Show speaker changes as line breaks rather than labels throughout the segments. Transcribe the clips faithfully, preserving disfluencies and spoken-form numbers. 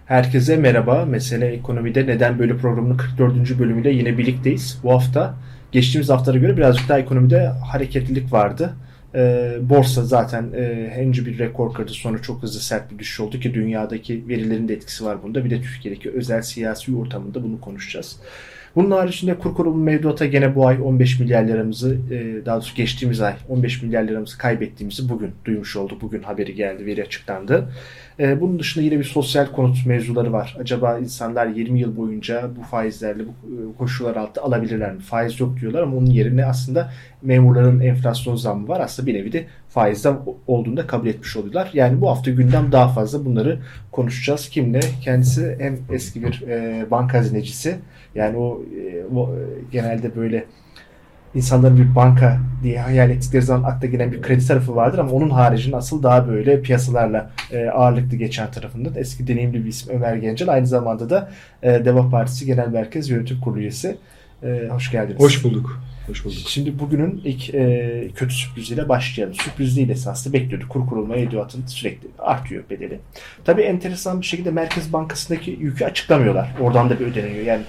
Herkese merhaba. Mesele Ekonomi'de Neden Böyle programının kırk dördüncü bölümüyle yine birlikteyiz. Bu hafta geçtiğimiz haftalara göre birazcık daha ekonomide hareketlilik vardı. Ee, borsa zaten e, henüz bir rekor kırdı. Sonra çok hızlı sert bir düşüş oldu ki dünyadaki verilerin de etkisi var bunda. Bir de Türkiye'deki özel siyasi ortamında bunu konuşacağız. Bunun haricinde kur korumu mevduata gene bu ay on beş milyar liramızı, daha doğrusu geçtiğimiz ay on beş milyar liramızı kaybettiğimizi bugün duymuş olduk. Bugün haberi geldi, veri açıklandı. Bunun dışında yine bir sosyal konut mevzuları var. Acaba insanlar yirmi yıl boyunca bu faizlerle, bu koşullar altında alabilirler mi? Faiz yok diyorlar ama onun yerine aslında memurların enflasyon zammı var. Aslında bir nevi de faizden olduğunu da kabul etmiş oluyorlar. Yani bu hafta gündem daha fazla, bunları konuşacağız. Kimle? Kendisi hem eski bir e, banka hazinecisi. Yani o, e, o genelde böyle insanların bir banka diye hayal ettikleri zaman akla gelen bir kredi tarafı vardır ama onun haricinde asıl daha böyle piyasalarla e, ağırlıklı geçen tarafında da eski deneyimli bir isim Ömer Gencel. Aynı zamanda da e, Deva Partisi Genel Merkez Yönetim Kurulu üyesi. E, hoş geldiniz.
Hoş bulduk. Hoş bulduk.
Şimdi bugünün ilk e, kötü sürpriziyle başlayalım. Sürpriz değil esasında, bekliyorduk. Kur korumu mevduatının sürekli artıyor bedeli. Tabii enteresan bir şekilde Merkez Bankası'ndaki yükü açıklamıyorlar. Oradan da bir ödeniyor. Yani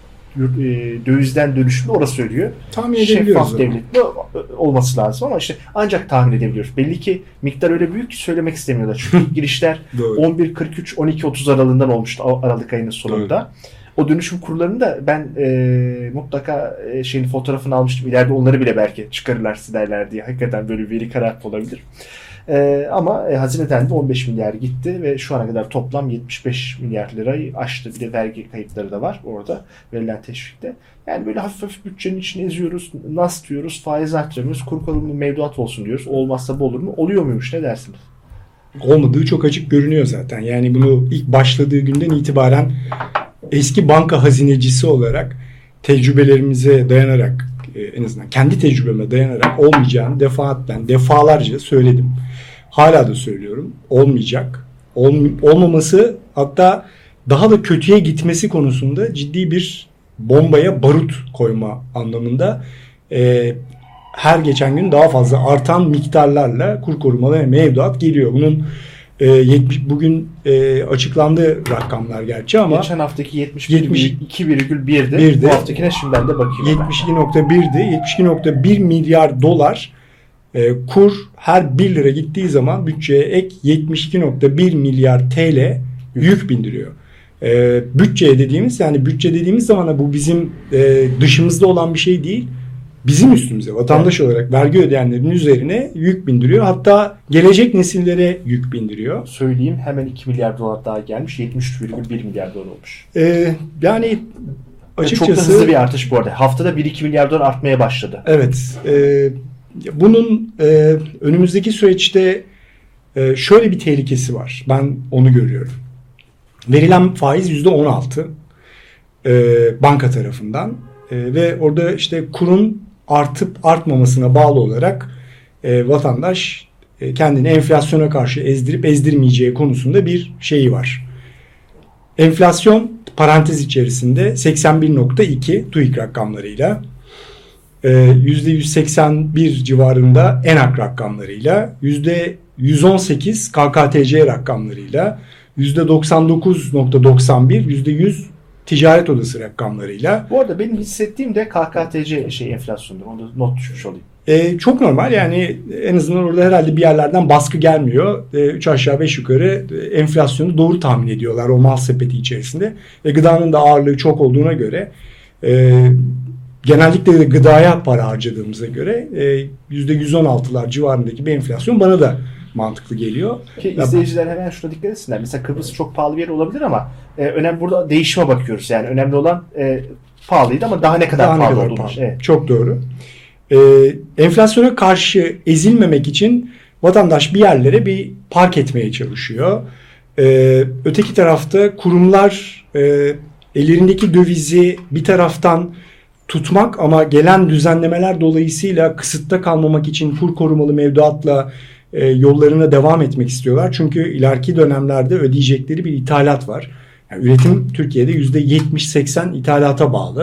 dövizden dönüşümü orası söylüyor.
Tahmin edebiliyoruz.
Şeffaf devletli olması lazım ama işte ancak tahmin edebiliyoruz. Belli ki miktar öyle büyük ki söylemek istemiyorlar. Çünkü girişler on bir kırk üç on iki otuz aralığından olmuştu Aralık ayının sonunda. Doğru. O dönüşüm kurlarını da ben e, mutlaka e, şeyin fotoğrafını almıştım. İleride onları bile belki çıkarırlar, silerler diye. Hakikaten böyle bir veri karartı olabilir. Ee, ama e, hazineden de on beş milyar gitti ve şu ana kadar toplam yetmiş beş milyar lirayı aştı. Bir de vergi kayıpları da var orada verilen teşvikte. Yani böyle hafif hafif bütçenin içine eziyoruz, nas diyoruz, faiz arttırmıyoruz, kur korumu mevduat olsun diyoruz. Olmazsa bu olur mu? Oluyor muymuş? Ne dersiniz?
Olmadığı çok açık görünüyor zaten. Yani bunu ilk başladığı günden itibaren eski banka hazinecisi olarak tecrübelerimize dayanarak, en azından kendi tecrübeme dayanarak olmayacağını defaatten, defalarca söyledim. Hala da söylüyorum. Olmayacak. Ol, olmaması, hatta daha da kötüye gitmesi konusunda ciddi bir bombaya barut koyma anlamında e, her geçen gün daha fazla artan miktarlarla kur korumalı mevduat geliyor. Bunun e, yetmiş bugün e, açıklandı rakamlar gerçi ama
geçen haftaki yetmiş iki virgül bir'di. Bu haftakine şimdiden de bakayım.
yetmiş iki virgül bir'di. yetmiş iki virgül bir milyar dolar e, kur her bir lira gittiği zaman bütçeye ek yetmiş iki virgül bir milyar T L yük bindiriyor. E, bütçeye dediğimiz, yani bütçe dediğimiz zaman bu bizim e, dışımızda olan bir şey değil. Bizim üstümüze, vatandaş evet. olarak vergi ödeyenlerin üzerine yük bindiriyor. Hatta gelecek nesillere yük bindiriyor.
Söyleyeyim, hemen iki milyar dolar daha gelmiş. yetmiş üç virgül bir milyar dolar olmuş.
Ee, yani açıkçası...
Çok da hızlı bir artış bu arada. Haftada bir iki milyar dolar artmaya başladı.
Evet. E, bunun e, önümüzdeki süreçte e, şöyle bir tehlikesi var. Ben onu görüyorum. Verilen faiz yüzde on altı e, banka tarafından. E, ve orada işte kurun artıp artmamasına bağlı olarak e, vatandaş e, kendini enflasyona karşı ezdirip ezdirmeyeceği konusunda bir şeyi var. Enflasyon parantez içerisinde seksen bir virgül iki TÜİK rakamlarıyla, e, yüzde yüz seksen bir civarında ENAK rakamlarıyla, yüzde yüz on sekiz K K T C rakamlarıyla, yüzde doksan dokuz virgül doksan bir, yüzde yüz Ticaret Odası rakamlarıyla.
Bu arada benim hissettiğim de K K T C şey enflasyondur. Onu da not düşmüş olayım.
Ee, çok normal, yani en azından orada herhalde bir yerlerden baskı gelmiyor. Ee, üç aşağı beş yukarı e, enflasyonu doğru tahmin ediyorlar o mal sepeti içerisinde. Ve gıdanın da ağırlığı çok olduğuna göre e, genellikle de gıdaya para harcadığımıza göre e, yüzde yüz on altılar civarındaki bir enflasyon bana da mantıklı geliyor.
Ki izleyiciler hemen şuna dikkat etsinler. Mesela Kıbrıs çok pahalı bir yer olabilir ama e, önemli burada değişime bakıyoruz. Yani önemli olan e, pahalıydı ama daha ne kadar daha pahalı olduğunu. Evet.
Çok doğru. E, enflasyona karşı ezilmemek için vatandaş bir yerlere bir park etmeye çalışıyor. E, öteki tarafta kurumlar e, ellerindeki dövizi bir taraftan tutmak ama gelen düzenlemeler dolayısıyla kısıtta kalmamak için kur korumalı mevduatla E, yollarına devam etmek istiyorlar. Çünkü ileriki dönemlerde ödeyecekleri bir ithalat var. Yani üretim Türkiye'de yüzde yetmiş seksen ithalata bağlı.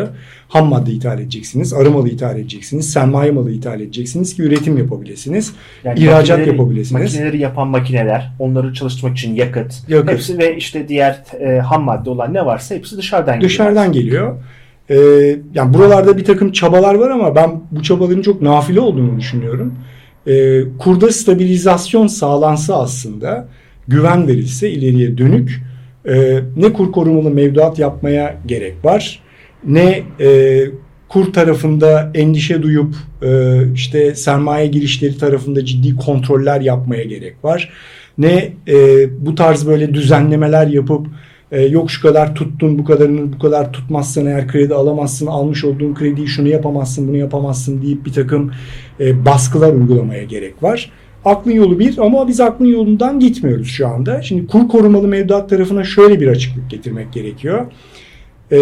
ham madde ithal edeceksiniz, arı malı ithal edeceksiniz, sermaye malı ithal edeceksiniz ki üretim yapabilirsiniz, yani ihracat yapabilirsiniz.
Makineleri yapan makineler, onları çalıştırmak için yakıt,
yakıt.
hepsi ve işte diğer e, ham madde olan ne varsa hepsi dışarıdan geliyor.
Dışarıdan geliyor. Ee, yani buralarda bir takım çabalar var ama ben bu çabaların çok nafile olduğunu düşünüyorum. Ee, kurda stabilizasyon sağlansa aslında, güven verilse ileriye dönük, e, ne kur korumalı mevduat yapmaya gerek var, ne e, kur tarafında endişe duyup e, işte sermaye girişleri tarafında ciddi kontroller yapmaya gerek var, ne e, bu tarz böyle düzenlemeler yapıp e, yok şu kadar tuttun, bu kadarını bu kadar tutmazsan eğer kredi alamazsın, almış olduğun krediyi şunu yapamazsın, bunu yapamazsın deyip bir takım e, baskılar uygulamaya gerek var. Aklın yolu bir ama biz aklın yolundan gitmiyoruz şu anda. Şimdi kur korumalı mevduat tarafına şöyle bir açıklık getirmek gerekiyor. E,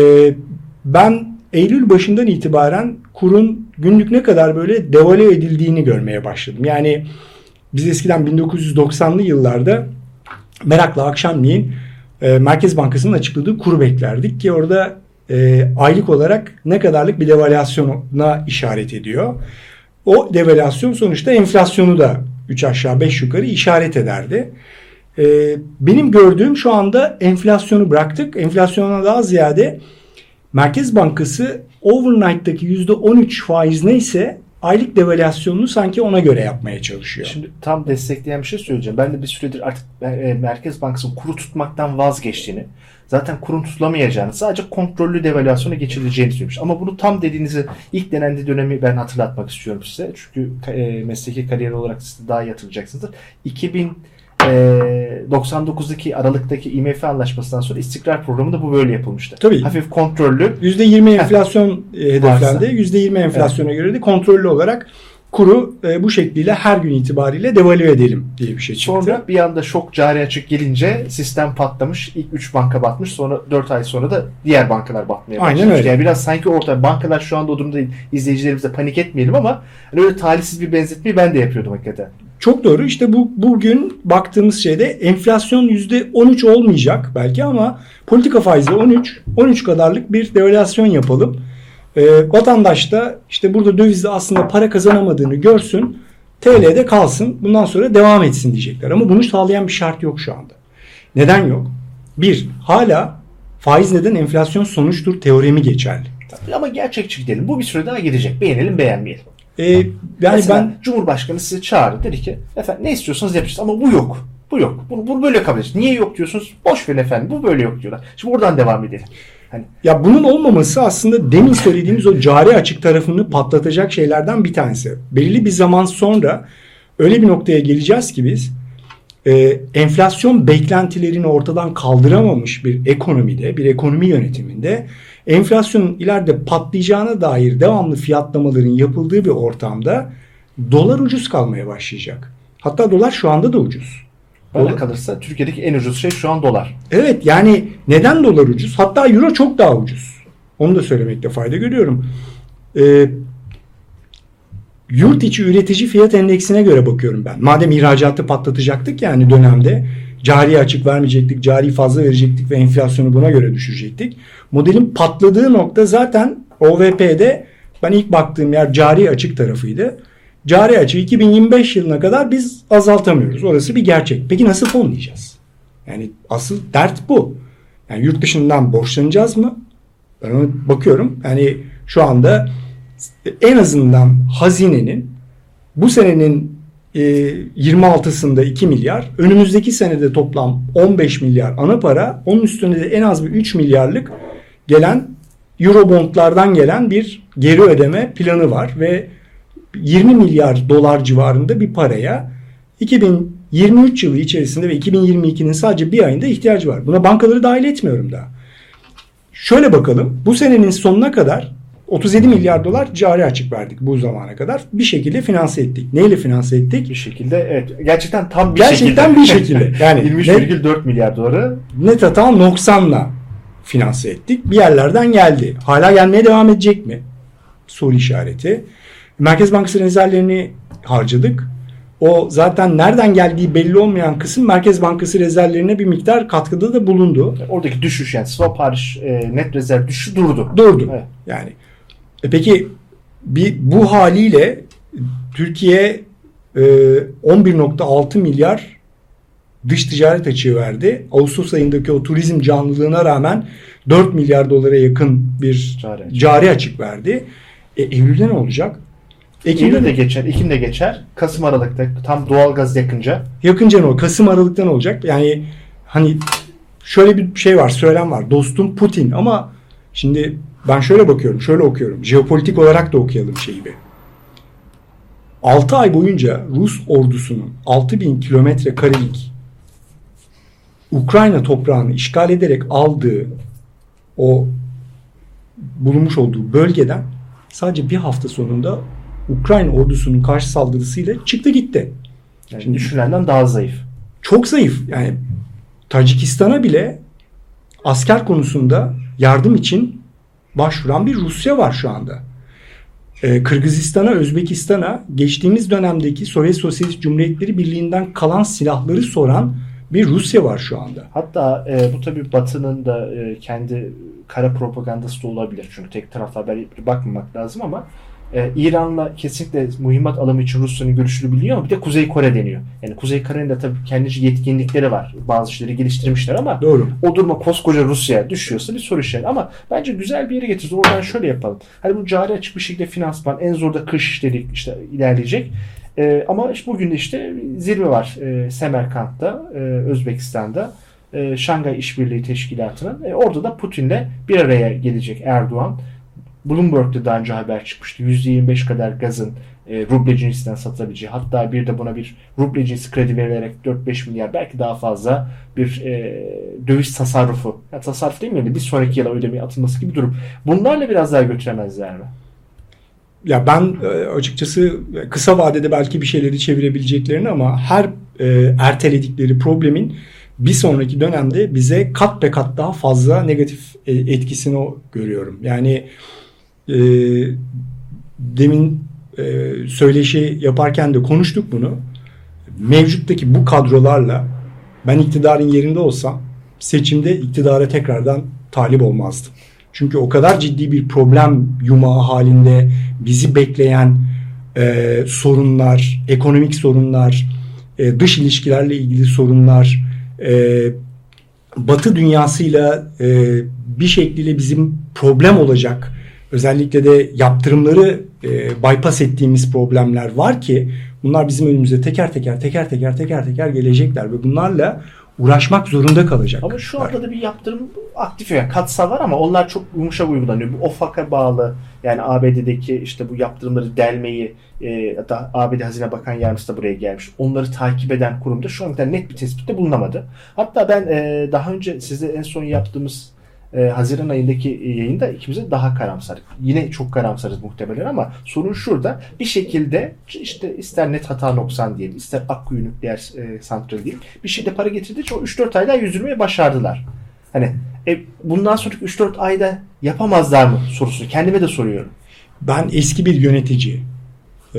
ben Eylül başından itibaren kurun günlük ne kadar böyle devalüe edildiğini görmeye başladım. Yani biz eskiden bin dokuz yüz doksanlı yıllarda merakla akşamleyin e, Merkez Bankası'nın açıkladığı kuru beklerdik ki orada e, aylık olarak ne kadarlık bir devalüasyona işaret ediyor. O devalüasyon sonuçta enflasyonu da üç aşağı beş yukarı işaret ederdi. E, benim gördüğüm şu anda enflasyonu bıraktık. Enflasyona daha ziyade Merkez Bankası overnight'taki yüzde on üç faiz neyse aylık devalüasyonunu sanki ona göre yapmaya çalışıyor.
Şimdi tam destekleyen bir şey söyleyeceğim. Ben de bir süredir artık Merkez Bankası'nın kuru tutmaktan vazgeçtiğini, zaten kurun tutulamayacağını, sadece kontrollü devalüasyona geçirileceğini söylemiş. Ama bunu tam dediğinizi ilk denendiği dönemi ben hatırlatmak istiyorum size. Çünkü e, mesleki kariyer olarak siz daha iyi hatırlayacaksınızdır. iki bin doksan dokuzdaki Aralık'taki I M F anlaşmasından sonra istikrar programında bu böyle yapılmıştı.
Tabii.
Hafif kontrollü.
yüzde yirmi enflasyon hedeflendi. yüzde yirmi enflasyona evet. göre de kontrollü olarak kuru e, bu şekliyle her gün itibariyle devalüe edelim diye bir şey çıktı.
Sonra bir anda şok cari açık gelince sistem patlamış. İlk üç banka batmış. Sonra dört ay sonra da diğer bankalar batmaya başlamış.
Aynen öyle.
Yani biraz sanki orta bankalar şu anda o durumda değil. İzleyicilerimiz de panik etmeyelim ama hani öyle talihsiz bir benzetmeyi ben de yapıyordum hakikaten.
Çok doğru. İşte bu bugün baktığımız şeyde enflasyon yüzde on üç olmayacak belki ama politika faizi on üç on üç kadarlık bir devalüasyon yapalım. Ee, vatandaş da işte burada dövizde aslında para kazanamadığını görsün, T L'de kalsın, bundan sonra devam etsin diyecekler. Ama bunu sağlayan bir şart yok şu anda. Neden yok? Bir, hala faiz neden enflasyon sonuçtur teoremi geçerli.
Tabii ama gerçekçi gidelim. Bu bir süre daha gidecek. Beğenelim beğenmeyelim.
Ee, yani
Mesela
ben
Cumhurbaşkanı sizi çağırdı, dedi ki efendim ne istiyorsanız yapacağız ama bu yok. Bu yok. Bunu, bunu böyle kabul edeceğiz. Niye yok diyorsunuz? Boş verin efendim. Bu böyle yok diyorlar. Şimdi oradan devam edelim. Hani...
Ya bunun olmaması aslında demin söylediğimiz o cari açık tarafını patlatacak şeylerden bir tanesi. Belli bir zaman sonra öyle bir noktaya geleceğiz ki biz e, enflasyon beklentilerini ortadan kaldıramamış bir ekonomide, bir ekonomi yönetiminde enflasyonun ileride patlayacağına dair devamlı fiyatlamaların yapıldığı bir ortamda dolar ucuz kalmaya başlayacak. Hatta dolar şu anda da ucuz.
Bana kalırsa Türkiye'deki en ucuz şey şu an dolar.
Evet, yani neden dolar ucuz? Hatta euro çok daha ucuz. Onu da söylemekte fayda görüyorum. Ee, yurt içi üretici fiyat endeksine göre bakıyorum ben. Madem ihracatı patlatacaktık yani dönemde cari açık vermeyecektik, cari fazla verecektik ve enflasyonu buna göre düşürecektik. Modelin patladığı nokta zaten O V P'de ben ilk baktığım yer cari açık tarafıydı. Cari açığı iki bin yirmi beş yılına kadar biz azaltamıyoruz. Orası bir gerçek. Peki nasıl fonlayacağız? Yani asıl dert bu. Yani yurt dışından borçlanacağız mı? Ben ona bakıyorum. Yani şu anda en azından hazinenin bu senenin yirmi altısında iki milyar, önümüzdeki senede toplam on beş milyar ana para, onun üstünde de en az bir üç milyarlık gelen Eurobondlardan gelen bir geri ödeme planı var ve yirmi milyar dolar civarında bir paraya iki bin yirmi üç yılı içerisinde ve iki bin yirmi ikinin sadece bir ayında ihtiyacı var. Buna bankaları dahil etmiyorum daha. Şöyle bakalım, bu senenin sonuna kadar otuz yedi milyar dolar cari açık verdik bu zamana kadar. Bir şekilde finanse ettik. Neyle finanse ettik?
Bir şekilde, evet. Gerçekten tam bir
Gerçekten
şekilde.
bir şekilde. Yani
yirmi üç virgül dört milyar doları
net hata noksanla finanse ettik. Bir yerlerden geldi. Hala gelmeye devam edecek mi? Soru işareti. Merkez Bankası rezervlerini harcadık. O zaten nereden geldiği belli olmayan kısım Merkez Bankası rezervlerine bir miktar katkıda da bulundu.
Oradaki düşüş, yani swap hariç e, net rezerv düşüşü durdu.
Durdu.
Evet.
Yani E peki bir bu haliyle Türkiye e, on bir nokta altı milyar dış ticaret açığı verdi. Ağustos ayındaki o turizm canlılığına rağmen dört milyar dolara yakın bir cari açık, cari açık verdi. E, Eylül'de ne olacak?
Ekim'de de geçer, Ekim'de geçer. Kasım Aralık'ta tam doğalgaz yakınca.
Yakınca ne olur? Kasım Aralık'ta ne olacak? Yani hani şöyle bir şey var, söylem var. Dostum Putin, ama şimdi ben şöyle bakıyorum, şöyle okuyorum. Jeopolitik olarak da okuyalım şeyi bir. altı ay boyunca Rus ordusunun altı bin kilometre karelik Ukrayna toprağını işgal ederek aldığı o bulunmuş olduğu bölgeden sadece bir hafta sonunda Ukrayna ordusunun karşı saldırısıyla çıktı gitti.
Yani şimdi düşünülenden daha zayıf.
Çok zayıf. Yani Tacikistan'a bile asker konusunda yardım için başvuran bir Rusya var şu anda. Ee, Kırgızistan'a, Özbekistan'a geçtiğimiz dönemdeki Sovyet Sosyalist Cumhuriyetleri Birliği'nden kalan silahları soran bir Rusya var şu anda.
Hatta e, bu tabii Batı'nın da e, kendi kara propagandası da olabilir. Çünkü tek taraflı haber bakmamak lazım, ama e, İran'la kesinlikle mühimmat alımı için Rusya'nın görüşünü biliyor, ama bir de Kuzey Kore deniyor. Yani Kuzey Kore'nin de tabii kendince yetkinlikleri var. Bazı şeyleri geliştirmişler, ama
doğru,
o duruma koskoca Rusya düşüyorsa bir soru işareti. Ama bence güzel bir yere getirdi. Oradan şöyle yapalım. Hani bu cari açık bir şekilde finansman, en zor da kış dedik işte ilerleyecek. Ee, ama işte bugün de işte zirve var e, Semerkant'ta, e, Özbekistan'da, e, Şangay İşbirliği Teşkilatı'nın. E, orada da Putin'le bir araya gelecek Erdoğan. Bloomberg'de daha önce haber çıkmıştı. yüzde yirmi beş kadar gazın e, ruble cinsinden satılabileceği, hatta bir de buna bir ruble cinsi kredi verilerek dört beş milyar, belki daha fazla bir e, döviz tasarrufu. Ya tasarruf değil mi? Bir sonraki yıla ödemeye atılması gibi bir durum. Bunlarla biraz daha götüremezler mi?
Ya ben açıkçası kısa vadede belki bir şeyleri çevirebileceklerini, ama her e, erteledikleri problemin bir sonraki dönemde bize kat be kat daha fazla negatif e, etkisini görüyorum. Yani e, demin e, söyleşi yaparken de konuştuk bunu. Mevcuttaki bu kadrolarla ben iktidarın yerinde olsam seçimde iktidara tekrardan talip olmazdım. Çünkü o kadar ciddi bir problem yumağı halinde bizi bekleyen e, sorunlar, ekonomik sorunlar, e, dış ilişkilerle ilgili sorunlar, e, Batı dünyasıyla e, bir şekilde bizim problem olacak, özellikle de yaptırımları e, bypass ettiğimiz problemler var ki bunlar bizim önümüze teker teker teker teker teker teker gelecekler ve bunlarla uğraşmak zorunda kalacak.
Ama şu anda da bir yaptırım aktif, yani katsal var, ama onlar çok yumuşak uygulanıyor. Bu O F A K'a bağlı, yani A B D'deki işte bu yaptırımları delmeyi, e, hatta A B D Hazine Bakan Yardımcısı da buraya gelmiş. Onları takip eden kurumda şu an net bir tespitte bulunamadı. Hatta ben e, daha önce sizle en son yaptığımız e, Haziran ayındaki yayında ikimize daha karamsardık. Yine çok karamsarız muhtemelen, ama sorun şurada. Bir şekilde işte ister net hata noksan diyelim, ister Akkuyu nükleer e, santrali diyelim, bir şeyde para getirdiği için o üç dört ayda yüzdürmeyi başardılar. Hani e, bundan sonraki üç dört ayda yapamazlar mı sorusu kendime de soruyorum.
Ben eski bir yönetici e,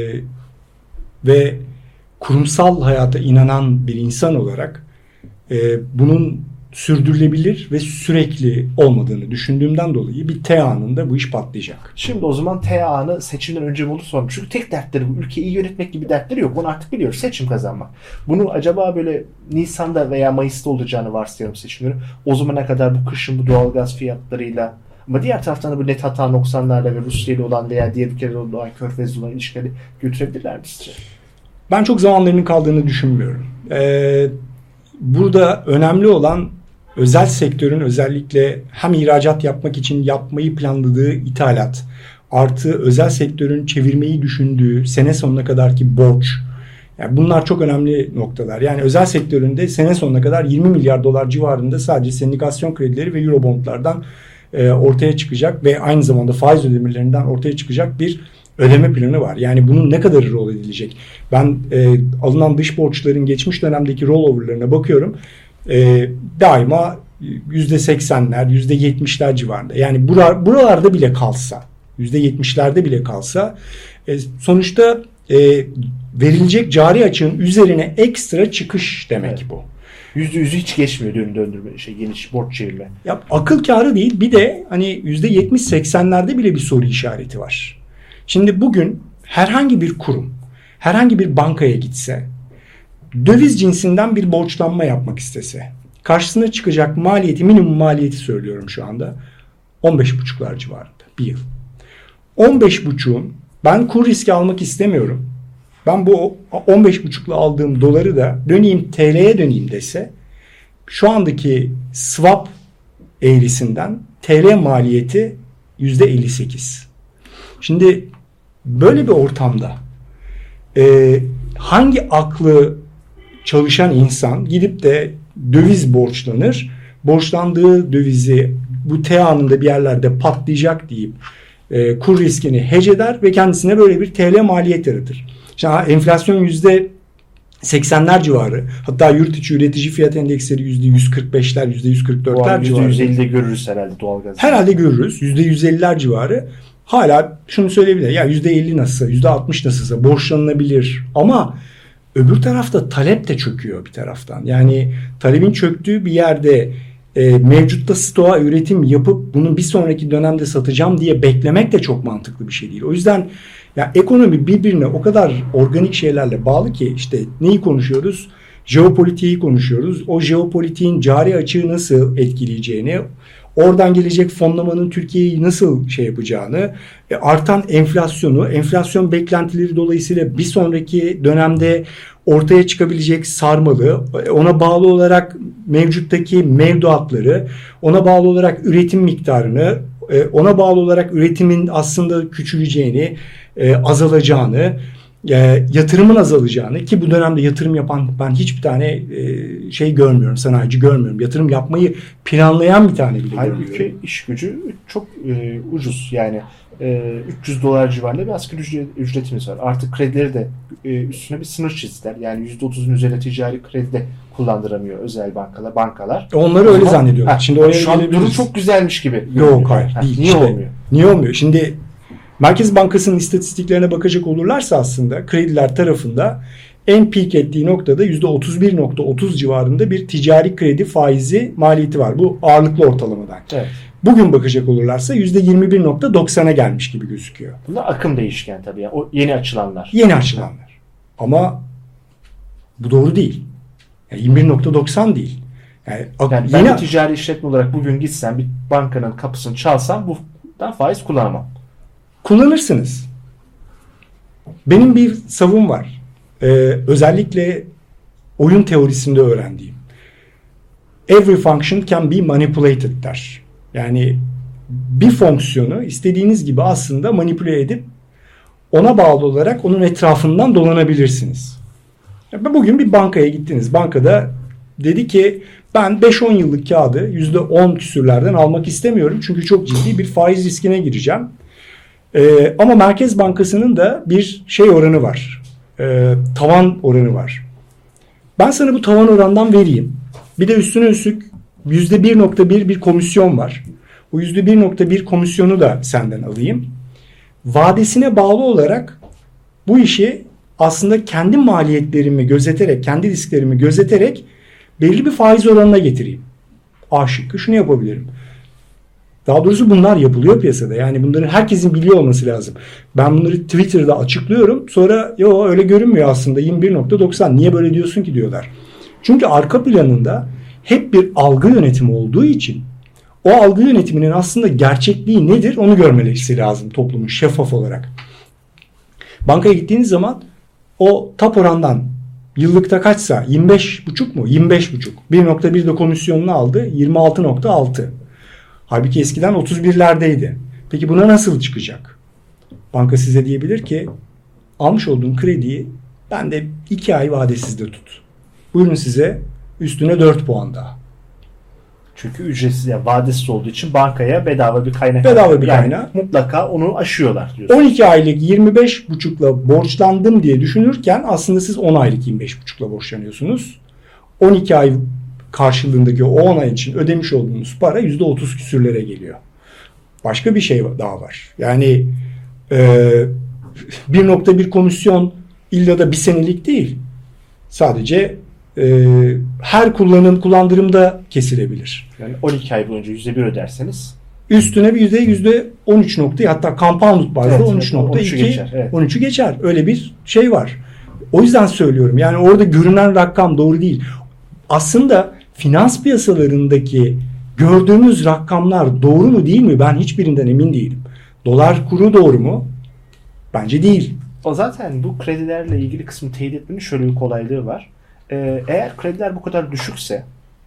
ve kurumsal hayata inanan bir insan olarak e, bunun sürdürülebilir ve sürekli olmadığını düşündüğümden dolayı bir T A'nın da bu iş patlayacak.
Şimdi o zaman T A'nı seçimden önce mi olur sonra? Çünkü tek dertleri bu. Ülkeyi iyi yönetmek gibi dertleri yok. Bunu artık biliyoruz. Seçim kazanmak. Bunu acaba böyle Nisan'da veya Mayıs'ta olacağını varsayalım seçimleri. O zamana kadar bu kışın bu doğalgaz fiyatlarıyla, ama diğer taraftan da bu net hata noksanlarla ve Rusya ile olan veya diğer ülkelerle olan, Körfez'le olan ilişkileri götürebilirler mi sizce?
Ben çok zamanlarının kaldığını düşünmüyorum. Ee, burada önemli olan özel sektörün özellikle hem ihracat yapmak için yapmayı planladığı ithalat, artı özel sektörün çevirmeyi düşündüğü sene sonuna kadarki borç. Yani bunlar çok önemli noktalar. Yani özel sektöründe sene sonuna kadar yirmi milyar dolar civarında sadece sendikasyon kredileri ve eurobondlardan e, ortaya çıkacak ve aynı zamanda faiz ödemelerinden ortaya çıkacak bir ödeme planı var. Yani bunun ne kadarı rol edilecek? Ben e, alınan dış borçların geçmiş dönemdeki rolloverlarına bakıyorum. E, daima yüzde seksenler, yüzde yetmişler civarında. Yani burar, buralarda bile kalsa, yüzde yetmişlerde bile kalsa e, sonuçta e, verilecek cari açığın üzerine ekstra çıkış demek
evet.
bu.
yüzde yüzü hiç geçmiyor dönüm döndürme, şey, geniş borç çevirme.
Ya akıl kârı değil. Bir de hani yüzde yetmiş seksenlerde bile bir soru işareti var. Şimdi bugün herhangi bir kurum, herhangi bir bankaya gitse, döviz cinsinden bir borçlanma yapmak istese, karşısına çıkacak maliyeti, minimum maliyeti söylüyorum şu anda, on beş buçuklar civarında bir yıl. on beş buçuğun ben kur riski almak istemiyorum. Ben bu on beş buçukla aldığım doları da döneyim T L'ye döneyim dese, şu andaki swap eğrisinden T L maliyeti yüzde elli sekiz. Şimdi böyle bir ortamda e, hangi aklı çalışan insan gidip de döviz borçlanır, borçlandığı dövizi bu T anında bir yerlerde patlayacak deyip e, kur riskini hedge eder ve kendisine böyle bir T L maliyet yaratır. Şimdi enflasyon yüzde seksenler civarı, hatta yurt içi üretici fiyat endeksleri yüzde yüz kırk beşler, yüzde yüz kırk dörtler civarı.
yüzde yüz ellide görürüz herhalde doğalgaz.
Herhalde görürüz. yüzde yüz elliler civarı. Hala şunu söyleyebilir. Ya yüzde elli nasılsa, yüzde altmış nasılsa borçlanılabilir. Ama öbür tarafta talep de çöküyor bir taraftan. Yani talebin çöktüğü bir yerde e, mevcutta stoğa üretim yapıp bunu bir sonraki dönemde satacağım diye beklemek de çok mantıklı bir şey değil. O yüzden ya ekonomi birbirine o kadar organik şeylerle bağlı ki, işte neyi konuşuyoruz? Jeopolitiği konuşuyoruz. O jeopolitiğin cari açığı nasıl etkileyeceğini, oradan gelecek fonlamanın Türkiye'yi nasıl şey yapacağını, e, artan enflasyonu, enflasyon beklentileri dolayısıyla bir sonraki dönemde ortaya çıkabilecek sarmalı, ona bağlı olarak mevcuttaki mevduatları, ona bağlı olarak üretim miktarını, e, ona bağlı olarak üretimin aslında küçüleceğini, e, azalacağını, e, yatırımın azalacağını, ki bu dönemde yatırım yapan ben hiçbir tane e, şey görmüyorum, sanayici görmüyorum. Yatırım yapmayı planlayan bir tane bile görmüyorum.
Halbuki iş gücü çok e, ucuz yani. üç yüz dolar civarında bir asgari ücret, ücretimiz var. Artık kredileri de e, üstüne bir sınır çizdiler. Yani yüzde otuzun üzerine ticari kredi de kullandıramıyor özel bankalar. bankalar.
Onları öyle zannediyorlar.
Ha,
Şimdi oraya
şu an durum çok güzelmiş gibi.
Yok hayır.
Ha,
değil.
niye
işte,
olmuyor?
Niye olmuyor? Şimdi Merkez Bankası'nın istatistiklerine bakacak olurlarsa aslında krediler tarafında en peak ettiği noktada yüzde otuz bir nokta otuz civarında bir ticari kredi faizi maliyeti var. Bu ağırlıklı ortalamadan.
Evet.
Bugün bakacak olurlarsa yüzde yirmi bir nokta doksana gelmiş gibi gözüküyor.
Bunlar akım değişken tabii. Yani. O yeni açılanlar.
Yeni açılanlar. Ama bu doğru değil. Yani yirmi bir nokta doksan değil. Yani,
yani ben yeni... bir ticari işletme olarak bugün gitsem bir bankanın kapısını çalsam buradan faiz kullanamam.
Kullanırsınız. Benim bir savım var. Ee, özellikle oyun teorisinde öğrendiğim. Every function can be manipulated der. Yani bir fonksiyonu istediğiniz gibi aslında manipüle edip ona bağlı olarak onun etrafından dolanabilirsiniz. Bugün bir bankaya gittiniz. Bankada dedi ki ben beş on yıllık kağıdı yüzde on küsürlerden almak istemiyorum. Çünkü çok ciddi bir faiz riskine gireceğim. Ee, ama Merkez Bankası'nın da bir şey oranı var. Ee, tavan oranı var. Ben sana bu tavan orandan vereyim. Bir de üstüne üstlük yüzde bir nokta bir bir komisyon var. O yüzde bir nokta bir komisyonu da senden alayım. Vadesine bağlı olarak bu işi aslında kendi maliyetlerimi gözeterek, kendi risklerimi gözeterek belirli bir faiz oranına getireyim. A şıkkı şunu yapabilirim. Daha doğrusu bunlar yapılıyor piyasada. Yani bunların herkesin biliyor olması lazım. Ben bunları Twitter'da açıklıyorum. Sonra yo öyle görünmüyor aslında yirmi bir nokta doksan. Niye böyle diyorsun ki diyorlar. Çünkü arka planında hep bir algı yönetimi olduğu için o algı yönetiminin aslında gerçekliği nedir onu görmeleri lazım toplumun şeffaf olarak. Bankaya gittiğiniz zaman o tap orandan yıllıkta kaçsa yirmi beş buçuk mu? yirmi beş buçuk. bir nokta bir de komisyonunu aldı. yirmi altı nokta altı. Halbuki eskiden otuz birlerdeydi. Peki buna nasıl çıkacak? Banka size diyebilir ki almış olduğun krediyi ben de iki ay vadesizde tut. Buyurun size üstüne dört puan daha.
Çünkü ücretsiz yani vadesiz olduğu için bankaya bedava bir kaynak.
Bedava bir
yani
kaynak.
Mutlaka onu aşıyorlar diyorsun.
on iki aylık yirmi beş buçukla borçlandım diye düşünürken aslında siz on aylık yirmi beş buçukla borçlanıyorsunuz. on iki ay karşılığındaki o on ay için ödemiş olduğunuz para yüzde otuz küsürlere geliyor. Başka bir şey daha var. Yani e, bir nokta bir komisyon illa da bir senelik değil. Sadece e, her kullanım kullandırımda kesilebilir.
Yani on iki ay boyunca yüzde bir öderseniz
üstüne bir yüzde yüzde on üç nokta hatta compound bazda
evet,
on üç nokta iki
geçer, evet.
on üçü geçer. Öyle bir şey var. O yüzden söylüyorum. Yani orada görünen rakam doğru değil. Aslında finans piyasalarındaki gördüğümüz rakamlar doğru mu değil mi? Ben hiçbirinden emin değilim. Dolar kuru doğru mu? Bence değil.
O zaten bu kredilerle ilgili kısmı teyit etmenin şöyle bir kolaylığı var. Ee, eğer krediler bu kadar düşükse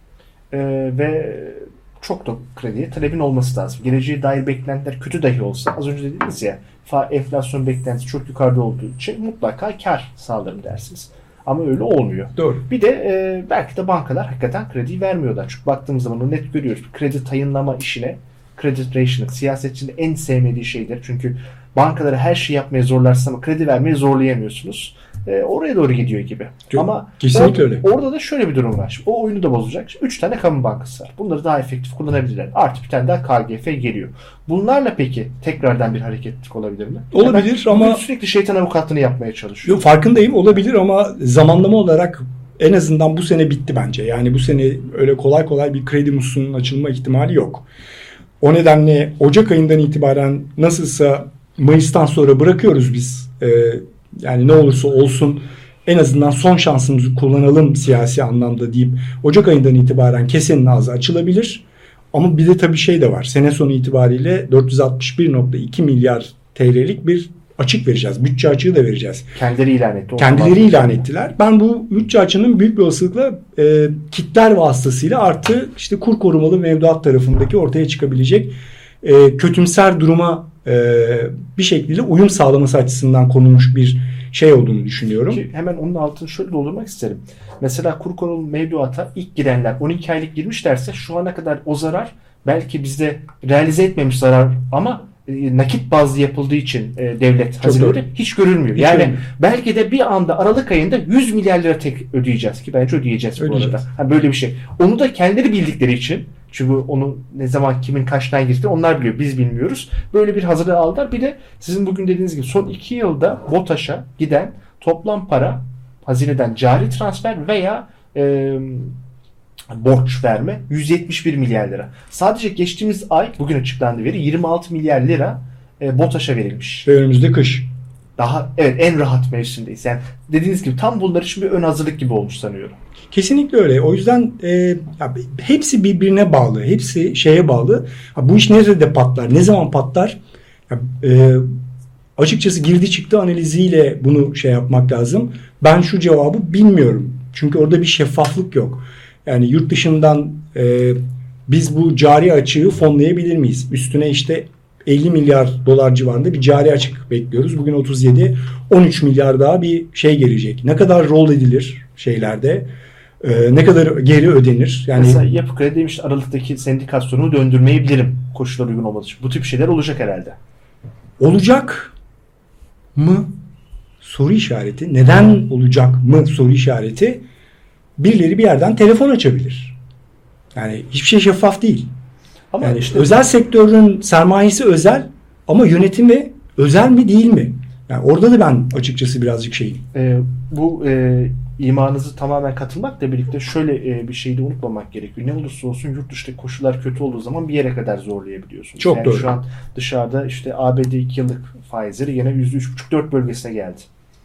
e, ve çok da krediye talebin olması lazım. Geleceğe dair beklentiler kötü dahi olsa, az önce dediniz ya, enflasyon beklentisi çok yukarıda olduğu için mutlaka kar sağlarım dersiniz. Ama öyle olmuyor.
Doğru.
Bir de e, belki de bankalar hakikaten krediyi vermiyorlar. Çünkü baktığımız zaman onu net görüyoruz. Kredi tayınlama işine, credit rationing siyasetçinin en sevmediği şeydir. Çünkü bankaları her şeyi yapmaya zorlarsınız ama kredi vermeyi zorlayamıyorsunuz. E, oraya doğru gidiyor gibi.
Çok,
ama
kesinlikle
orada,
öyle.
Orada da şöyle bir durum var. Şimdi, o oyunu da bozacak. üç tane kamu bankası var. Bunları daha efektif kullanabilirler. Artı bir tane daha K G F geliyor. Bunlarla peki tekrardan bir hareketlilik olabilir mi?
Olabilir
yani
ama
sürekli şeytan avukatlığını yapmaya çalışıyor.
Yok, farkındayım, olabilir ama zamanlama olarak en azından bu sene bitti bence. Yani bu sene öyle kolay kolay bir kredi musluğunun açılma ihtimali yok. O nedenle Ocak ayından itibaren nasılsa Mayıs'tan sonra bırakıyoruz biz. Ee, yani ne olursa olsun en azından son şansımızı kullanalım siyasi anlamda deyip Ocak ayından itibaren kesenin ağzı açılabilir. Ama bir de tabii şey de var. Sene sonu itibariyle dört yüz altmış bir nokta iki milyar T L'lik bir açık vereceğiz. Bütçe açığı da vereceğiz.
Kendileri ilan etti.
Kendileri ilan ettiler. Ben bu bütçe açığının büyük bir olasılıkla e, kitler vasıtasıyla artı işte kur korumalı mevduat tarafındaki ortaya çıkabilecek e, kötümser duruma e, bir şekilde uyum sağlaması açısından konulmuş bir şey olduğunu düşünüyorum.
Ki hemen onun altını şöyle doldurmak isterim. Mesela kur korumalı mevduata ilk girenler on iki aylık girmişlerse şu ana kadar o zarar belki bizde realize etmemiş zarar ama e, nakit bazlı yapıldığı için e, devlet hazineleri hiç görülmüyor. Hiç yani görünmüyor. Belki de bir anda Aralık ayında yüz milyar lira tek ödeyeceğiz ki bence ödeyeceğiz, ödeyeceğiz. bu arada. Ha, böyle bir şey. Onu da kendileri bildikleri için, çünkü onu ne zaman kimin kaçtan girdi onlar biliyor, biz bilmiyoruz. Böyle bir hazırlığı aldılar. Bir de sizin bugün dediğiniz gibi son iki yılda BOTAŞ'a giden toplam para hazineden cari transfer veya e, borç verme yüz yetmiş bir milyar lira. Sadece geçtiğimiz ay bugün açıklandı veri yirmi altı milyar lira e, BOTAŞ'a verilmiş.
Ve önümüzde kış.
Daha evet en rahat mevsimdeyiz. Yani dediğiniz gibi tam bunlar için bir ön hazırlık gibi olmuş sanıyorum.
Kesinlikle öyle. O yüzden e, ya, hepsi birbirine bağlı. Hepsi şeye bağlı. Ha, bu iş nerede patlar? Ne zaman patlar? Ya, e, açıkçası girdi çıktı analiziyle bunu şey yapmak lazım. Ben şu cevabı bilmiyorum. Çünkü orada bir şeffaflık yok. Yani yurt dışından e, biz bu cari açığı fonlayabilir miyiz? Üstüne işte elli milyar dolar civarında bir cari açık bekliyoruz. Bugün otuz yedi, on üç milyar daha bir şey gelecek. Ne kadar rol edilir şeylerde? Ee, ne kadar geri ödenir? Yani
mesela Yapı Kredi demiş Aralık'taki sendikasyonumu döndürmeyebilirim koşullar uygun olmadığı için. Bu tip şeyler olacak herhalde.
Olacak mı? Soru işareti. Neden olacak mı? Soru işareti. Birileri bir yerden telefon açabilir. Yani hiçbir şey şeffaf değil. Ama yani işte özel sektörün sermayesi özel ama yönetimi özel mi değil mi? Yani orada da ben açıkçası birazcık şeyim.
E, bu e, imanınızı tamamen katılmakla birlikte şöyle e, bir şeyi de unutmamak gerekiyor. Ne olursa olsun yurt dışındaki koşullar kötü olduğu zaman bir yere kadar zorlayabiliyorsunuz.
Çok
yani
doğru.
Şu an dışarıda işte A B D iki yıllık faizleri yine yüzde üç buçuk dört bölgesine geldi.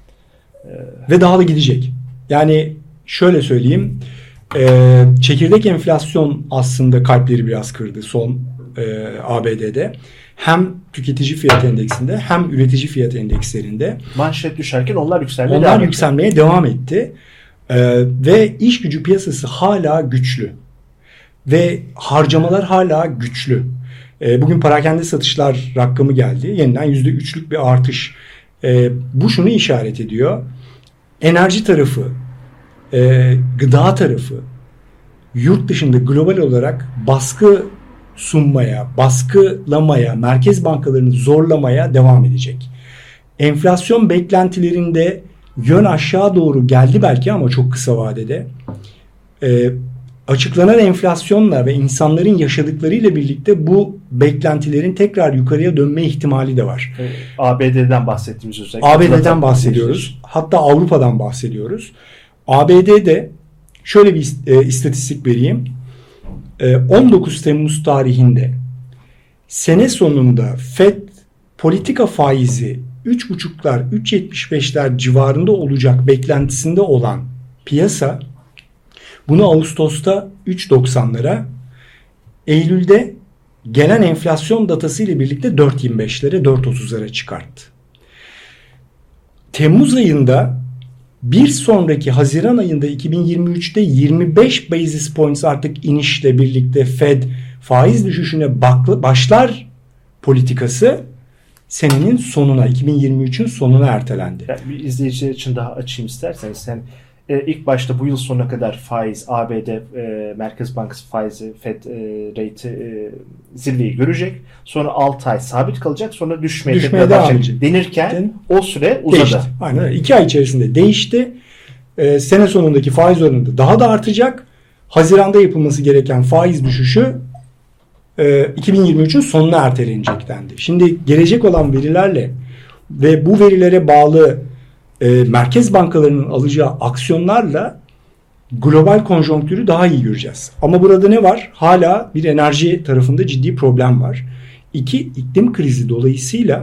E, Ve daha da gidecek. Yani şöyle söyleyeyim. E, çekirdek enflasyon aslında kalpleri biraz kırdı son e, A B D'de. Hem tüketici fiyat endeksinde hem üretici fiyat endekslerinde.
Manşet düşerken onlar yükselmeye
onlar
devam
yükselmeye
etti.
devam etti. Ee, ve iş gücü piyasası hala güçlü. Ve harcamalar hala güçlü. Ee, bugün perakende satışlar rakamı geldi. Yeniden yüzde üçlük bir artış. Ee, bu şunu işaret ediyor. Enerji tarafı, e, gıda tarafı yurt dışında global olarak baskı sunmaya, baskılamaya, merkez bankalarını zorlamaya devam edecek. Enflasyon beklentilerinde yön aşağı doğru geldi belki ama çok kısa vadede. E, açıklanan enflasyonla ve insanların yaşadıklarıyla birlikte bu beklentilerin tekrar yukarıya dönme ihtimali de var.
A B D'den bahsettiğimiz özellikle.
A B D'den bahsediyoruz. Hatta Avrupa'dan bahsediyoruz. A B D'de şöyle bir e, istatistik vereyim. E, on dokuz Temmuz tarihinde sene sonunda Fed politika faizi üç buçuklar, üç yetmiş beşler civarında olacak beklentisinde olan piyasa bunu Ağustos'ta üç doksanlara, Eylül'de gelen enflasyon datası ile birlikte dört yirmi beşlere, dört otuzlara çıkarttı. Temmuz ayında bir sonraki Haziran ayında iki bin yirmi üçte yirmi beş basis points artık inişle birlikte Fed faiz düşüşüne başlar politikası senenin sonuna, iki bin yirmi üçün sonuna ertelendi.
Yani bir izleyiciler için daha açayım isterseniz, sen e, ilk başta bu yıl sonuna kadar faiz, A B D e, Merkez Bankası faizi, Fed e, rate'i e, zirveyi görecek. Sonra altı ay sabit kalacak. Sonra düşmeye,
düşmeye devam edecek
denirken Den, o süre uzadı.
Değişti. Aynen öyle. iki ay içerisinde değişti. E, sene sonundaki faiz oranı daha da artacak. Haziran'da yapılması gereken faiz düşüşü e, iki bin yirmi üçün sonuna ertelenecek dendi. Şimdi gelecek olan verilerle ve bu verilere bağlı e, merkez bankalarının alacağı aksiyonlarla global konjonktürü daha iyi göreceğiz. Ama burada ne var? Hala bir enerji tarafında ciddi problem var. İki, iklim krizi dolayısıyla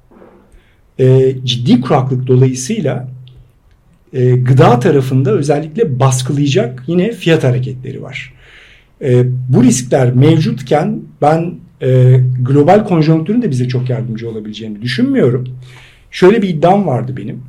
e, ciddi kuraklık dolayısıyla e, gıda tarafında özellikle baskılayacak yine fiyat hareketleri var. E, bu riskler mevcutken ben e, global konjonktürün de bize çok yardımcı olabileceğini düşünmüyorum. Şöyle bir iddiam vardı benim.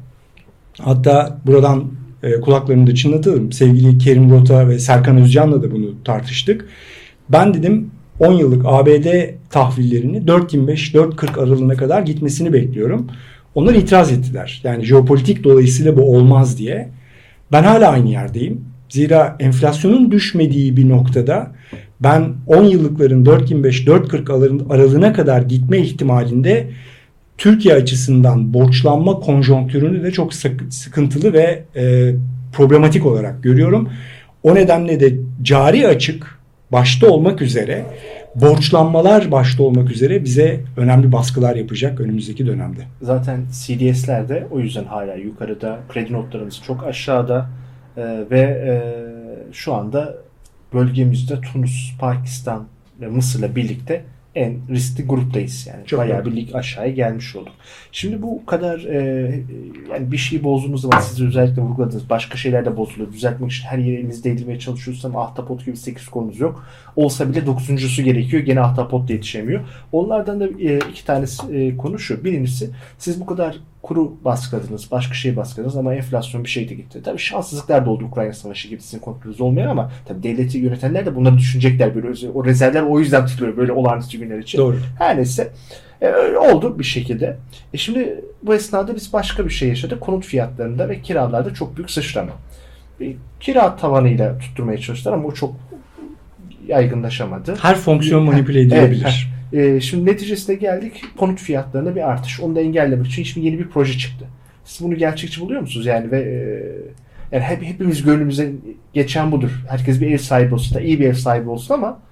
Hatta buradan e, kulaklarımda çınlatalım. Sevgili Kerim Rota ve Serkan Özcan'la da bunu tartıştık. Ben dedim on yıllık A B D tahvillerini dört yirmi beş dört kırk aralığına kadar gitmesini bekliyorum. Onlar itiraz ettiler. Yani jeopolitik dolayısıyla bu olmaz diye. Ben hala aynı yerdeyim. Zira enflasyonun düşmediği bir noktada ben on yıllıkların dört yirmi beş dört kırk aralığına kadar gitme ihtimalinde Türkiye açısından borçlanma konjonktürünü de çok sıkıntılı ve e, problematik olarak görüyorum. O nedenle de cari açık başta olmak üzere, borçlanmalar başta olmak üzere bize önemli baskılar yapacak önümüzdeki dönemde.
Zaten C D S'ler de o yüzden hala yukarıda, kredi notlarımız çok aşağıda e, ve e, şu anda bölgemizde Tunus, Pakistan ve Mısır'la birlikte en riskli gruptayız. Yani çok bayağı bir lig aşağıya gelmiş olduk. Şimdi bu kadar e, yani bir şeyi bozduğunuz zaman, siz özellikle vurguladınız, başka şeyler de bozuluyor. Düzeltmek için her yeri elinizde edilmeye çalışıyorsunuz ama ahtapot gibi sekiz konunuz yok. Olsa bile dokuzuncusu gerekiyor. Gene ahtapot da yetişemiyor. Onlardan da e, iki tanesi e, konu şu. Birincisi, siz bu kadar kuru baskıladınız, başka şey baskıladınız ama enflasyon bir şey de gitti. Tabii şanssızlıklar da oldu, Ukrayna Savaşı gibi sizin kontrolünüz olmayan, ama tabii devleti yönetenler de bunları düşünecekler. Böyle o rezervler o yüzden tutuluyor böyle olağanüstü günler için.
Doğru.
Her neyse e, öyle oldu bir şekilde. E şimdi bu esnada biz başka bir şey yaşadık. Konut fiyatlarında ve kiralarda çok büyük sıçrama. E, kira tavanıyla tutturmaya çalıştılar ama o çok yaygınlaşamadı.
Her fonksiyon manipüle edilebilir. Evet,
Ee, şimdi neticesinde geldik, konut fiyatlarında bir artış. Onu da engellemek için şimdi yeni bir proje çıktı. Siz bunu gerçekçi buluyor musunuz? Yani ve e, yani hep, hepimiz gönlümüze geçen budur. Herkes bir ev sahibi olsun da, iyi bir ev sahibi olsun ama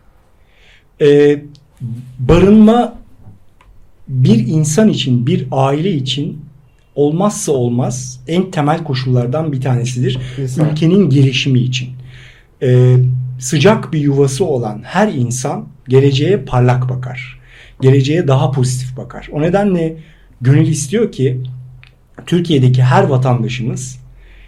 ee, barınma bir insan için, bir aile için olmazsa olmaz en temel koşullardan bir tanesidir. İnsan. Ülkenin gelişimi için. Ee, sıcak bir yuvası olan her insan geleceğe parlak bakar. Geleceğe daha pozitif bakar. O nedenle gönül istiyor ki Türkiye'deki her vatandaşımız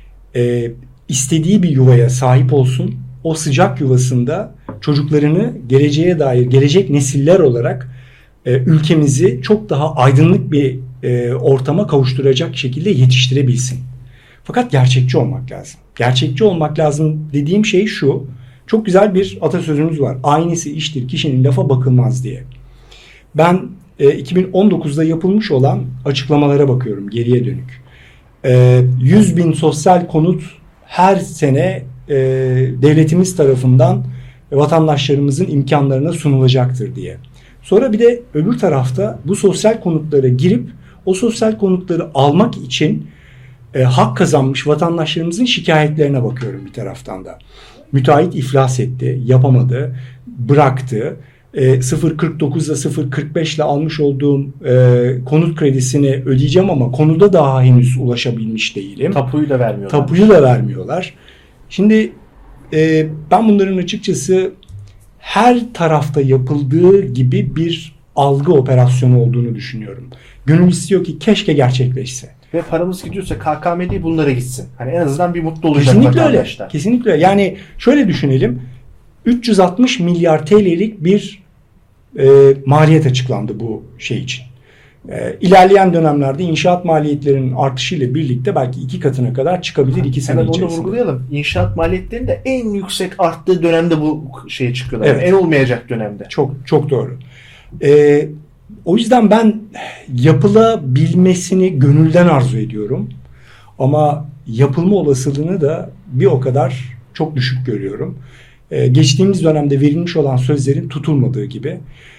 e, istediği bir yuvaya sahip olsun. O sıcak yuvasında çocuklarını geleceğe dair, gelecek nesiller olarak e, ülkemizi çok daha aydınlık bir e, ortama kavuşturacak şekilde yetiştirebilsin. Fakat gerçekçi olmak lazım. Gerçekçi olmak lazım dediğim şey şu. Çok güzel bir atasözümüz var. Aynesi iştir, kişinin lafa bakılmaz diye. Ben e, iki bin on dokuzda yapılmış olan açıklamalara bakıyorum geriye dönük. E, yüz bin sosyal konut her sene e, devletimiz tarafından vatandaşlarımızın imkanlarına sunulacaktır diye. Sonra bir de öbür tarafta bu sosyal konutlara girip o sosyal konutları almak için e, hak kazanmış vatandaşlarımızın şikayetlerine bakıyorum bir taraftan da. Müteahhit iflas etti, yapamadı, bıraktı. E, sıfır virgül kırk dokuzla sıfır virgül kırk beşle almış olduğum e, konut kredisini ödeyeceğim ama konuda daha henüz ulaşabilmiş değilim.
Tapuyu da vermiyorlar.
Tapuyu da vermiyorlar. Şimdi e, ben bunların açıkçası her tarafta yapıldığı gibi bir algı operasyonu olduğunu düşünüyorum. Gönül istiyor ki keşke gerçekleşse.
Ve paramız gidiyorsa K K M değil bunlara gitsin. Hani en azından bir mutlu olacak
Kesinlikle
vatandaşlar.
Öyle. Kesinlikle öyle. Yani şöyle düşünelim. üç yüz altmış milyar T L'lik bir e, maliyet açıklandı bu şey için. E, ilerleyen dönemlerde inşaat maliyetlerinin artışıyla birlikte belki iki katına kadar çıkabilir iki sene
Hemen
içerisinde.
onu vurgulayalım. İnşaat maliyetlerinin de en yüksek arttığı dönemde bu şeye çıkıyorlar.
Evet.
Yani en olmayacak dönemde.
Çok çok doğru. E, o yüzden ben yapılabilmesini gönülden arzu ediyorum. Ama yapılma olasılığını da bir o kadar çok düşük görüyorum. Ee, geçtiğimiz dönemde verilmiş olan sözlerin tutulmadığı gibi.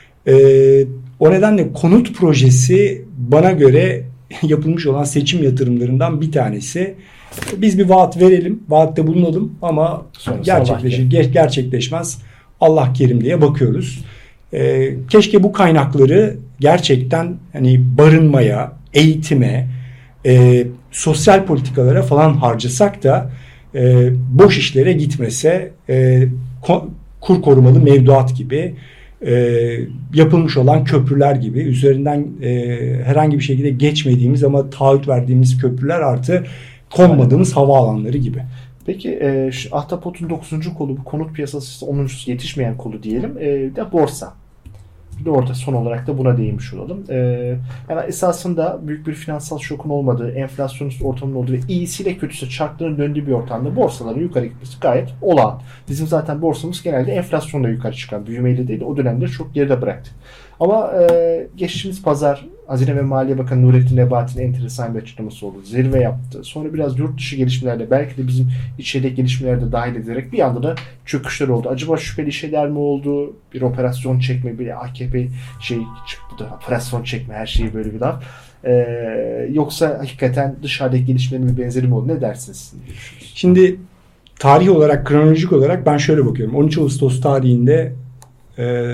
Ee, o nedenle konut projesi bana göre yapılmış olan seçim yatırımlarından bir tanesi. Biz bir vaat verelim, vaatte bulunalım ama
Sonrası
gerçekleşir, ger- gerçekleşmez. Allah kerim diye bakıyoruz. Ee, keşke bu kaynakları gerçekten hani barınmaya, eğitime, e, sosyal politikalara falan harcasak da e, boş işlere gitmese, e, ko- kur korumalı mevduat gibi, e, yapılmış olan köprüler gibi, üzerinden e, herhangi bir şekilde geçmediğimiz ama taahhüt verdiğimiz köprüler artı konmadığımız havaalanları gibi.
Peki e, şu Ahtapot'un dokuzuncu kolu, bu konut piyasası onuncu yetişmeyen kolu diyelim, e, de borsa. Bir de orada son olarak da buna değinmiş olalım. Ee, yani esasında büyük bir finansal şokun olmadığı, enflasyonist ortamın olduğu ve iyisiyle kötüsü çarkların döndüğü bir ortamda borsaların yukarı gitmesi gayet olağan. Bizim zaten borsamız genelde enflasyonla yukarı çıkan, büyümeyle değil, o dönemleri çok geride bıraktı. Ama e, geçtiğimiz pazar Hazine ve Maliye Bakanı Nurettin Nebati'nin enteresan bir açıklaması oldu. Zirve yaptı. Sonra biraz yurt dışı gelişmelerle, belki de bizim içerideki gelişmeler de dahil ederek bir anda da çöküşler oldu. Acaba şüpheli şeyler mi oldu? Bir operasyon çekme, bir A K P şey çıktı. Operasyon çekme, her şeyi böyle bir laf. Ee, yoksa hakikaten dışarıdaki gelişmelerin bir benzeri mi oldu? Ne dersiniz?
Şimdi tarih olarak, kronolojik olarak ben şöyle bakıyorum. on üç Ağustos tarihinde e,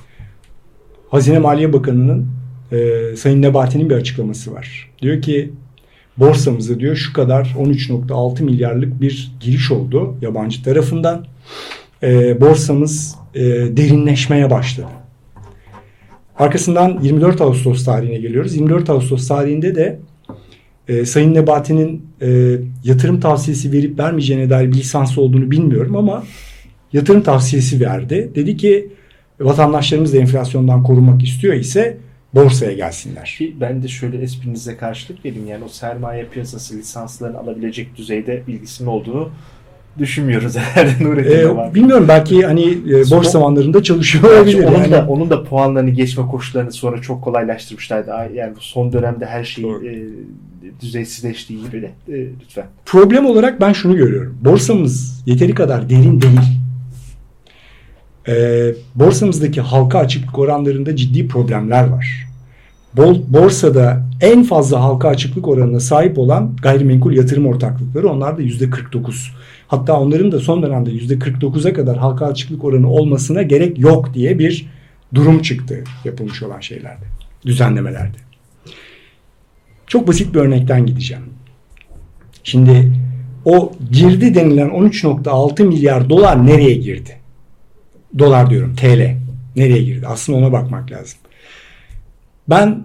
Hazine Maliye Bakanı'nın e, Sayın Nebati'nin bir açıklaması var. Diyor ki borsamıza diyor şu kadar on üç nokta altı milyarlık bir giriş oldu yabancı tarafından. E, borsamız e, derinleşmeye başladı. Arkasından yirmi dört Ağustos tarihine geliyoruz. yirmi dört Ağustos tarihinde de e, Sayın Nebati'nin e, yatırım tavsiyesi verip vermeyeceğine dair bir lisansı olduğunu bilmiyorum ama yatırım tavsiyesi verdi. Dedi ki vatandaşlarımız da enflasyondan korunmak istiyor ise borsaya gelsinler.
Ki ben de şöyle esprinize karşılık vereyim. Yani o sermaye piyasası lisanslarını alabilecek düzeyde bilgisinin olduğunu düşünmüyoruz herhalde Nurettin'de
Ee,
var.
bilmiyorum, belki hani e, boş
Son,
zamanlarında çalışıyor olabilir.
Onun
yani.
da onun da puanlarını geçme koşullarını sonra çok kolaylaştırmışlardı. Yani bu son dönemde her şey e, düzeysizleştiği gibi de e, lütfen.
Problem olarak ben şunu görüyorum. Borsamız yeteri kadar derin değil. Ee, borsamızdaki halka açıklık oranlarında ciddi problemler var. Bol, borsada en fazla halka açıklık oranına sahip olan gayrimenkul yatırım ortaklıkları, onlar da yüzde kırk dokuz. Hatta onların da son dönemde yüzde kırk dokuza kadar halka açıklık oranı olmasına gerek yok diye bir durum çıktı yapılmış olan şeylerde, düzenlemelerde. Çok basit bir örnekten gideceğim. Şimdi o girdi denilen on üç nokta altı milyar dolar nereye girdi? Dolar diyorum, T L. Nereye girdi? Aslında ona bakmak lazım. Ben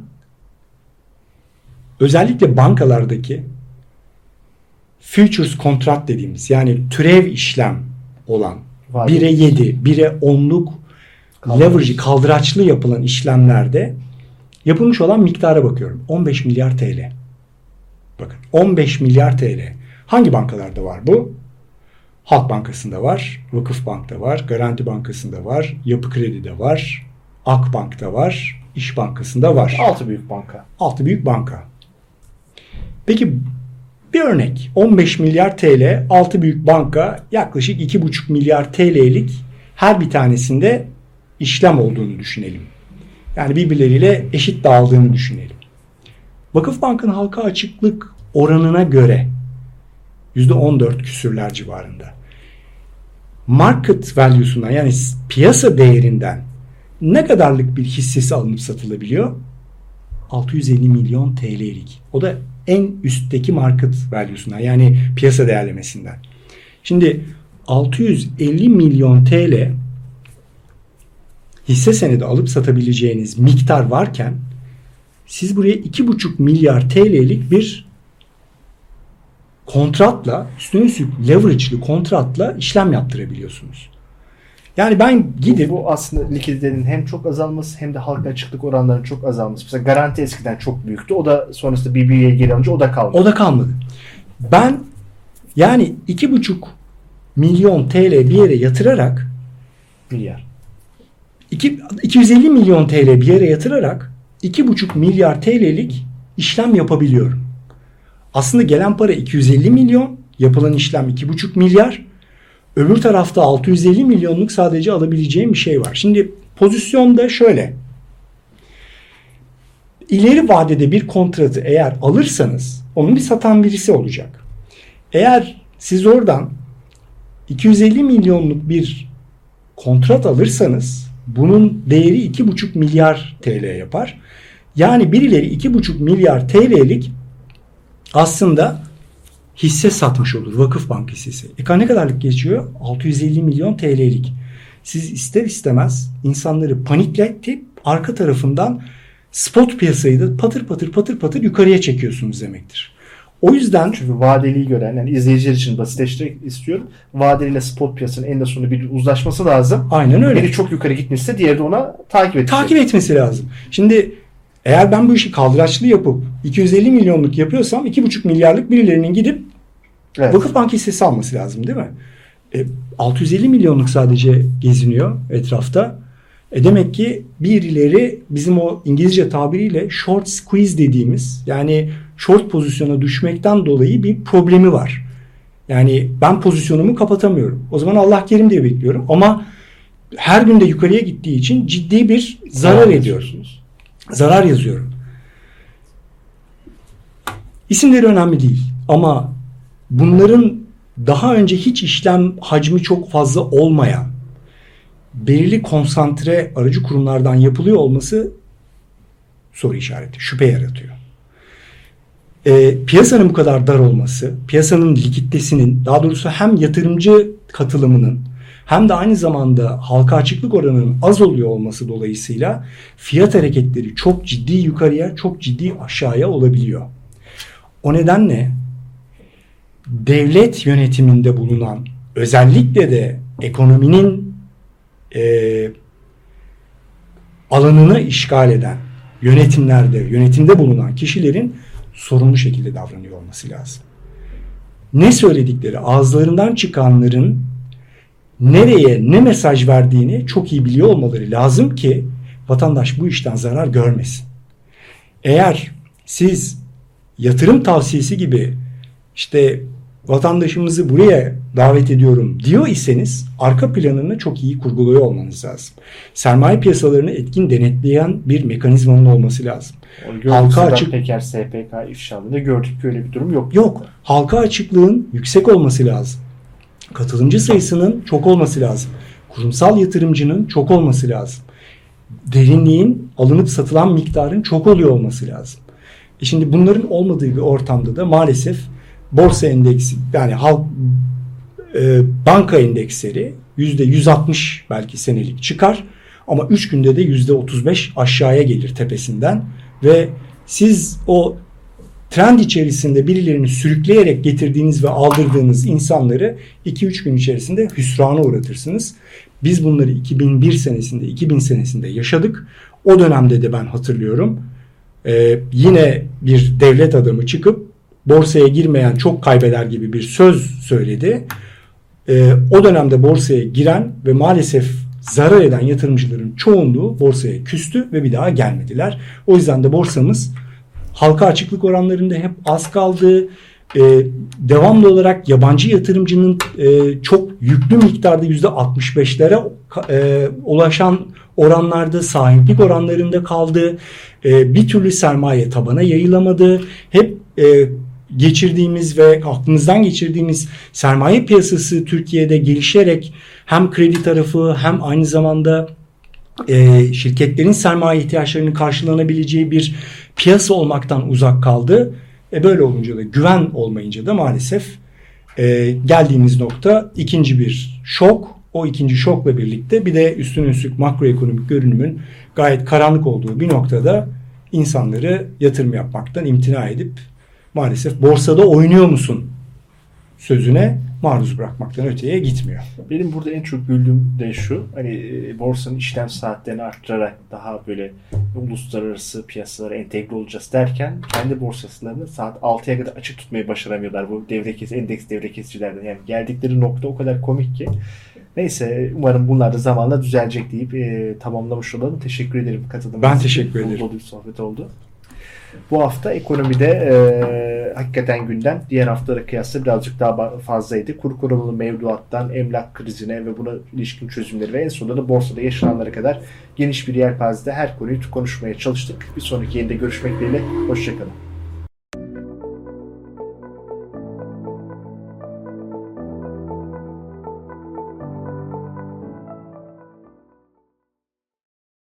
özellikle bankalardaki futures kontrat dediğimiz, yani türev işlem olan bire yedi, bire onluk leverage, kaldıraçlı yapılan işlemlerde yapılmış olan miktara bakıyorum. on beş milyar T L. Bakın, on beş milyar T L. Hangi bankalarda var bu? Halk Bankası'nda var, Vakıfbank'ta var, Garanti Bankası'nda var, Yapı Kredi'de var, Akbank'ta var, İş Bankası'nda var.
Altı büyük banka.
Altı büyük banka. Peki bir örnek. on beş milyar T L, altı büyük banka, yaklaşık iki buçuk milyar T L'lik her bir tanesinde işlem olduğunu düşünelim. Yani birbirleriyle eşit dağıldığını düşünelim. Vakıfbank'ın halka açıklık oranına göre yüzde on dört küsürler civarında. Market value'sundan, yani piyasa değerinden ne kadarlık bir hissesi alınıp satılabiliyor? altı yüz elli milyon T L'lik. O da en üstteki market value'sundan, yani piyasa değerlemesinden. Şimdi altı yüz elli milyon T L hisse senedi alıp satabileceğiniz miktar varken siz buraya iki buçuk milyar T L'lik bir kontratla, üstüne üstlük leverage'lı kontratla işlem yaptırabiliyorsunuz. Yani ben gidip...
Bu, bu aslında likiditenin hem çok azalması hem de halka açıklık oranlarının çok azalması. Mesela Garanti eskiden çok büyüktü. O da sonrasında B B V'ye geri alınca o da kalmadı.
O da kalmadı. Ben yani iki buçuk milyon T L bir yere yatırarak
milyar.
iki, iki yüz elli milyon T L bir yere yatırarak iki buçuk milyar T L'lik işlem yapabiliyorum. Aslında gelen para iki yüz elli milyon, yapılan işlem iki buçuk milyar. Öbür tarafta altı yüz elli milyonluk sadece alabileceğim bir şey var. Şimdi pozisyonda şöyle. İleri vadede bir kontratı eğer alırsanız onun bir satan birisi olacak. Eğer siz oradan iki yüz elli milyonluk bir kontrat alırsanız bunun değeri iki buçuk milyar T L yapar. Yani birileri iki buçuk milyar T L'lik aslında hisse satmış olur. Vakıfbank hissesi. E ne kadarlık geçiyor? altı yüz elli milyon T L'lik. Siz ister istemez insanları panikletip arka tarafından spot piyasayı da patır patır patır patır yukarıya çekiyorsunuz demektir. O yüzden
çünkü vadeliyi gören, yani izleyiciler için basitleştirmek istiyorum. Vadeliyle spot piyasanın en de sonunda bir uzlaşması lazım.
Aynen öyle.
Biri çok yukarı gitmişse diğeri de ona takip edecek.
Takip etmesi lazım. Şimdi eğer ben bu işi kaldıraçlı yapıp iki yüz elli milyonluk yapıyorsam iki buçuk milyarlık birilerinin gidip evet. Vakıfbank hissesi alması lazım değil mi? E, altı yüz elli milyonluk sadece geziniyor etrafta. E demek ki birileri bizim o İngilizce tabiriyle short squeeze dediğimiz, yani short pozisyona düşmekten dolayı bir problemi var. Yani ben pozisyonumu kapatamıyorum. O zaman Allah kerim diye bekliyorum. Ama her gün de yukarıya gittiği için ciddi bir zarar ediyorsunuz. Zarar yazıyorum. İsimleri önemli değil. Ama bunların daha önce hiç işlem hacmi çok fazla olmayan, belirli konsantre aracı kurumlardan yapılıyor olması soru işareti, şüphe yaratıyor. E, piyasanın bu kadar dar olması, piyasanın likiditesinin, daha doğrusu hem yatırımcı katılımının hem de aynı zamanda halka açıklık oranının az oluyor olması dolayısıyla fiyat hareketleri çok ciddi yukarıya, çok ciddi aşağıya olabiliyor. O nedenle devlet yönetiminde bulunan, özellikle de ekonominin e, alanını işgal eden yönetimlerde, yönetimde bulunan kişilerin sorumlu şekilde davranıyor olması lazım. Ne söyledikleri, ağızlarından çıkanların nereye ne mesaj verdiğini çok iyi biliyor olmaları lazım ki vatandaş bu işten zarar görmesin. Eğer siz yatırım tavsiyesi gibi işte vatandaşımızı buraya davet ediyorum diyor iseniz arka planını çok iyi kurguluyor olmanız lazım. Sermaye piyasalarını etkin denetleyen bir mekanizmanın olması lazım.
Halka açık Peker S P K ifşalığında gördük ki öyle bir durum yok.
Yok. Halka açıklığın yüksek olması lazım. Katılımcı sayısının çok olması lazım. Kurumsal yatırımcının çok olması lazım. Derinliğin, alınıp satılan miktarın çok oluyor olması lazım. E şimdi bunların olmadığı bir ortamda da maalesef borsa endeksi, yani halk e, banka endeksleri yüzde yüz altmış belki senelik çıkar ama üç günde de yüzde otuz beş aşağıya gelir tepesinden ve siz o trend içerisinde birilerini sürükleyerek getirdiğiniz ve aldırdığınız insanları iki üç gün içerisinde hüsrana uğratırsınız. Biz bunları iki bin bir senesinde, iki bin senesinde yaşadık. O dönemde de ben hatırlıyorum. Ee, yine bir devlet adamı çıkıp borsaya girmeyen çok kaybeder gibi bir söz söyledi. Ee, o dönemde borsaya giren ve maalesef zarar eden yatırımcıların çoğunluğu borsaya küstü ve bir daha gelmediler. O yüzden de borsamız halka açıklık oranlarında hep az kaldı. Ee, devamlı olarak yabancı yatırımcının e, çok yüklü miktarda yüzde altmış beşlere e, ulaşan oranlarda, sahiplik oranlarında kaldı. E, bir türlü sermaye tabana yayılamadı. Hep e, geçirdiğimiz ve aklımızdan geçirdiğimiz sermaye piyasası Türkiye'de gelişerek hem kredi tarafı hem aynı zamanda e, şirketlerin sermaye ihtiyaçlarının karşılanabileceği bir piyasa olmaktan uzak kaldı. E böyle olunca da güven olmayınca da maalesef e, geldiğimiz nokta ikinci bir şok. O ikinci şokla birlikte bir de üstüne üstlük makroekonomik görünümün gayet karanlık olduğu bir noktada insanları yatırım yapmaktan imtina edip maalesef borsada oynuyor musun sözüne maruz bırakmaktan öteye gitmiyor.
Benim burada en çok güldüğüm de şu, hani borsanın işlem saatlerini arttırarak daha böyle uluslararası piyasalara entegre olacağız derken kendi borsaslarını saat altıya kadar açık tutmayı başaramıyorlar bu devre kes endeks devre kesicilerden. Yani geldikleri nokta o kadar komik ki. Neyse, umarım bunlar da zamanla düzelecek deyip e, tamamlamış olalım. Teşekkür ederim katıldığınız için.
Ben teşekkür ederim.
Dolu bir sohbet oldu. Bu hafta ekonomide e, hakikaten gündem diğer haftalara kıyasla birazcık daha fazlaydı. Kuru korumalı mevduattan emlak krizine ve buna ilişkin çözümleri ve en sonunda da borsada yaşananlara kadar geniş bir yelpazede her konuyu konuşmaya çalıştık. Bir sonraki yayında görüşmek dileğiyle. Hoşçakalın.